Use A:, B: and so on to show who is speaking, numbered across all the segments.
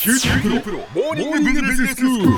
A: 九州大学モーニングビジネススクール。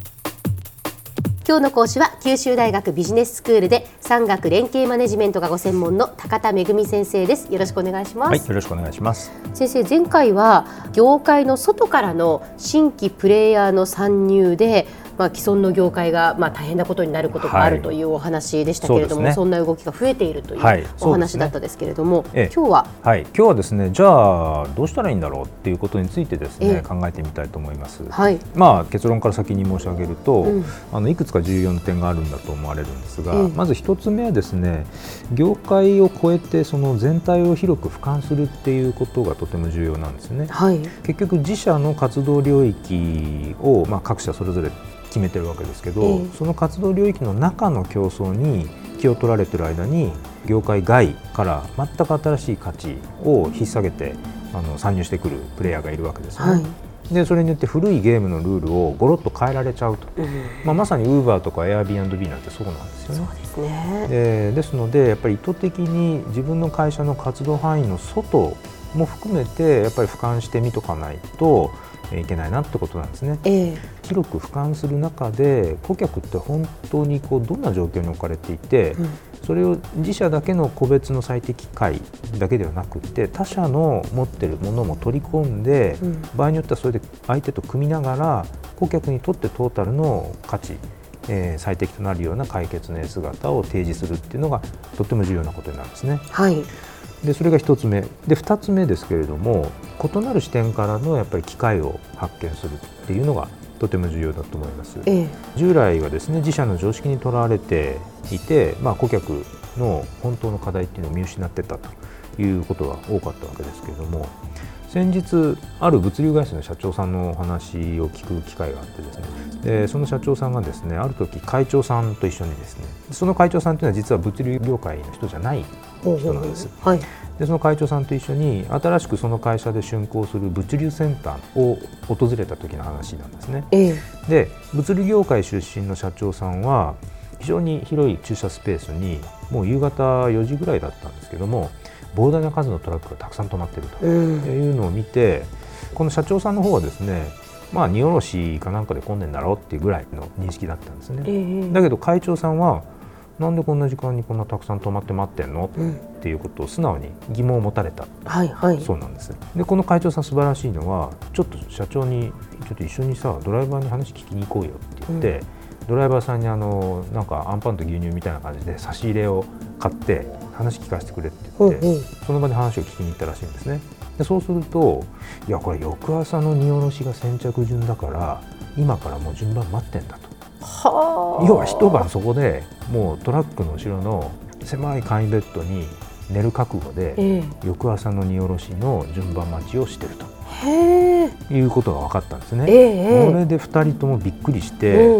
B: 今日の講師は九州大学ビジネススクールで産学連携マネジメントがご専門の高田恵先生です。よろしくお願いします。
C: はい、よろしくお願いします。
B: 先生、前回は業界の外からの新規プレイヤーの参入で、既存の業界が大変なことになることがあるというお話でしたけれども、
C: はい
B: そんな動きが増えているというお話だったですけれども、今日は
C: ですね、じゃあどうしたらいいんだろうっていうことについてですね、考えてみたいと思います。結論から先に申し上げると、いくつか重要な点があるんだと思われるんですが、まず一つ目はですね、業界を超えてその全体を広く俯瞰するっていうことがとても重要なんですね。結局自社の活動領域を、各社それぞれ決めてるわけですけど、その活動領域の中の競争に気を取られている間に業界外から全く新しい価値を引っ提げて参入してくるプレイヤーがいるわけですよね。でそれによって古いゲームのルールをゴロッと変えられちゃうと、まさに Uber とか Airbnb なんてそうなんですよね。
B: そうですね。
C: ですのでやっぱり意図的に自分の会社の活動範囲の外も含めてやっぱり俯瞰してみとかないといけないなってことなんですね。広く俯瞰する中で顧客って本当にどんな状況に置かれていて、それを自社だけの個別の最適解だけではなくて他社の持っているものも取り込んで、場合によってはそれで相手と組みながら顧客にとってトータルの価値、最適となるような解決の姿を提示するっていうのがとても重要なことになるんですね。でそれが1つ目で、2つ目ですけれども、異なる視点からのやっぱり機会を発見するっていうのがとても重要だと思います。従来はですね、自社の常識にとらわれていて、顧客の本当の課題っていうのを見失ってたということが多かったわけですけれども、先日ある物流会社の社長さんのお話を聞く機会があってですね、でその社長さんがですね、ある時会長さんと一緒にですね、その会長さんというのは実は物流業界の人じゃない人なんです。でその会長さんと一緒に新しくその会社で竣工する物流センターを訪れた時の話なんですね。で物流業界出身の社長さんは非常に広い駐車スペースにもう夕方4時ぐらいだったんですけども、膨大な数のトラックがたくさん止まっているというのを見て、この社長さんの方はですね、荷下ろしかなんかで混んでんだろうっていうぐらいの認識だったんですね。だけど会長さんはなんでこんな時間にこんなたくさん止まって待ってんの、っていうことを素直に疑問を持たれた、そうなんです。でこの会長さん素晴らしいのは、ちょっと社長にちょっと一緒にさドライバーに話聞きに行こうよって言って、ドライバーさんになんかアンパンと牛乳みたいな感じで差し入れを買って話聞かせてくれって言って、その場で話を聞きに行ったらしいんですね。でそうすると、いやこれ翌朝の荷下ろしが先着順だから今からもう順番待ってんだと。要は一晩そこでもうトラックの後ろの狭い簡易ベッドに寝る覚悟で、翌朝の荷下ろしの順番待ちをしているということが分かったんですね。これで2人ともびっくりして、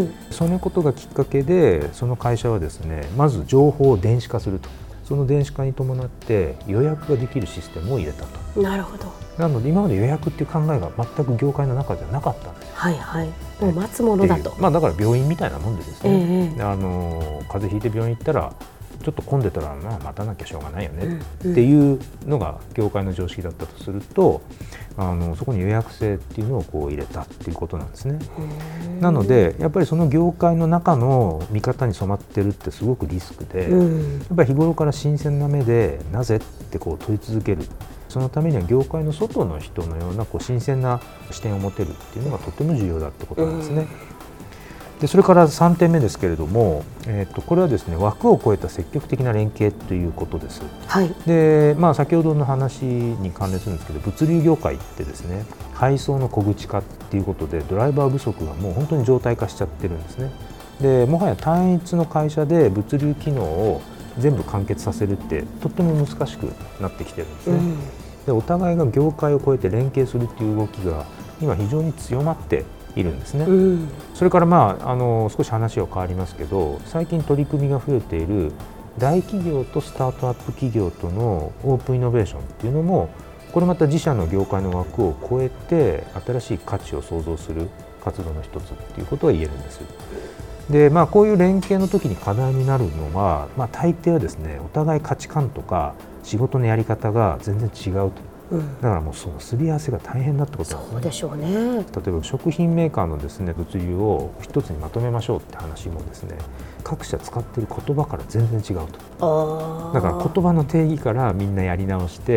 C: そのことがきっかけでその会社はですね、まず情報を電子化すると。その電子化に伴って予約ができるシステムを入れたと。
B: なるほど。な
C: ので今まで予約っていう考えが全く業界の中ではなかったんです。
B: もう待つものだと。
C: だから病院みたいなもんでですね、風邪ひいて病院行ったらちょっと混んでたら待たなきゃしょうがないよねっていうのが業界の常識だったとすると、そこに予約制っていうのを入れたっていうことなんですね。なのでやっぱりその業界の中の見方に染まってるってすごくリスクで、やっぱり日頃から新鮮な目でなぜって問い続ける。そのためには業界の外の人のような新鮮な視点を持てるっていうのがとても重要だってことなんですね。でそれから3点目ですけれども、これはですね、枠を超えた積極的な連携ということです。で先ほどの話に関連するんですけど、物流業界ってですね、配送の小口化っていうことでドライバー不足がもう本当に常態化しちゃってるんですね。でもはや単一の会社で物流機能を全部完結させるってとっても難しくなってきてるんですね。でお互いが業界を超えて連携するっていう動きが今非常に強まっているんですね。それから少し話は変わりますけど、最近取り組みが増えている大企業とスタートアップ企業とのオープンイノベーションっていうのも、これまた自社の業界の枠を超えて新しい価値を創造する活動の一つっていうことが言えるんです。でこういう連携の時に課題になるのは、大抵はですね、お互い価値観とか仕事のやり方が全然違うとだからもうそのすり合わせが大変だってことなんですね。
B: そうでしょうね。
C: 例えば食品メーカーのですね物流を一つにまとめましょうって話もですね、各社使っている言葉から全然違うと。だから言葉の定義からみんなやり直して、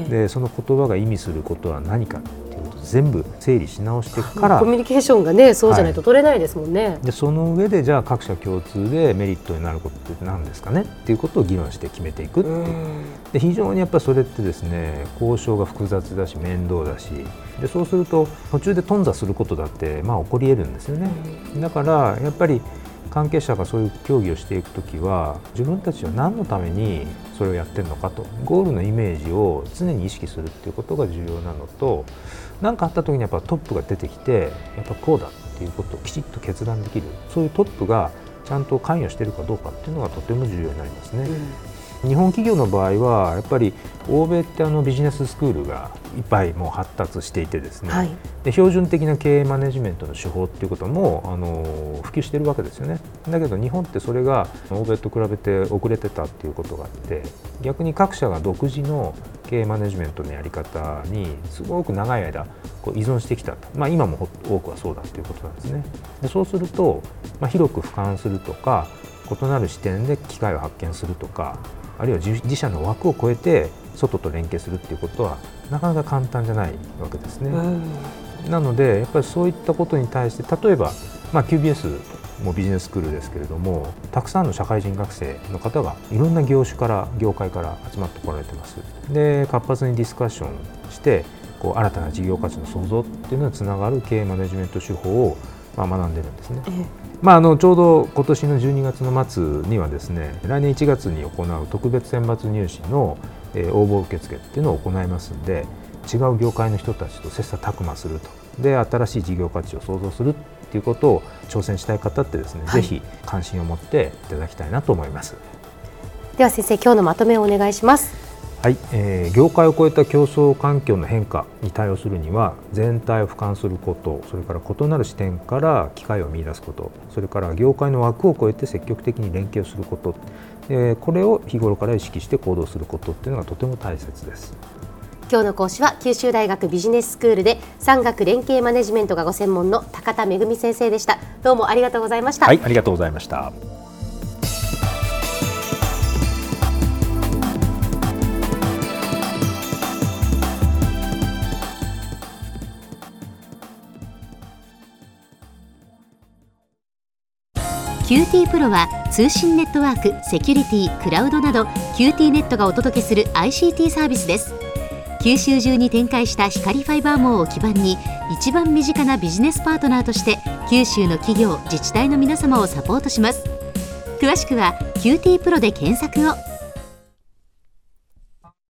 C: でその言葉が意味することは何かっていうことを全部整理し直してから
B: コミュニケーションがね、そうじゃないと取れないですもんね。
C: でその上でじゃあ各社共通でメリットになることって何ですかねっていうことを議論して決めていくっていう。で非常にやっぱりそれってですね、交渉が複雑だし面倒だし、でそうすると途中で頓挫することだって起こり得るんですよね。だからやっぱり関係者がそういう協議をしていくときは、自分たちは何のためにそれをやってるのかと、ゴールのイメージを常に意識するっていうことが重要なのと、何かあったときにやっぱトップが出てきて、やっぱこうだっていうことをきちっと決断できる、そういうトップがちゃんと関与しているかどうかっていうのがとても重要になりますね。日本企業の場合はやっぱり欧米ってビジネススクールがいっぱいもう発達していてですね、で標準的な経営マネジメントの手法っていうことも普及しているわけですよね。だけど日本ってそれが欧米と比べて遅れてたっていうことがあって、逆に各社が独自の経営マネジメントのやり方にすごく長い間依存してきたと、今も多くはそうだということなんですね。でそうすると、広く俯瞰するとか、異なる視点で機会を発見するとか、あるいは自社の枠を超えて外と連携するっていうことはなかなか簡単じゃないわけですね。なのでやっぱりそういったことに対して、例えば、QBS もビジネススクールですけれども、たくさんの社会人学生の方がいろんな業種から業界から集まってこられてます。で活発にディスカッションして新たな事業価値の創造っていうのにつながる経営マネジメント手法を学んでるんですね。ちょうど今年の12月の末にはですね、来年1月に行う特別選抜入試の応募受付っていうのを行いますので、違う業界の人たちと切磋琢磨すると、で新しい事業価値を創造するっていうことを挑戦したい方ってですね、ぜひ関心を持っていただきたいなと思います。
B: では先生、今日のまとめをお願いします。
C: はい、業界を超えた競争環境の変化に対応するには、全体を俯瞰すること、それから異なる視点から機会を見出すこと、それから業界の枠を超えて積極的に連携をすること、これを日頃から意識して行動することっていうのがとても大切です。
B: 今日の講師は九州大学ビジネススクールで産学連携マネジメントがご専門の高田恵先生でした。どうもありがとうございました。
C: はい、ありがとうございました。
D: QT プロは通信ネットワーク、セキュリティ、クラウドなど QT ネットがお届けする ICT サービスです。九州中に展開した光ファイバー網を基盤に、一番身近なビジネスパートナーとして九州の企業・自治体の皆様をサポートします。詳しくは QT プロで検索を。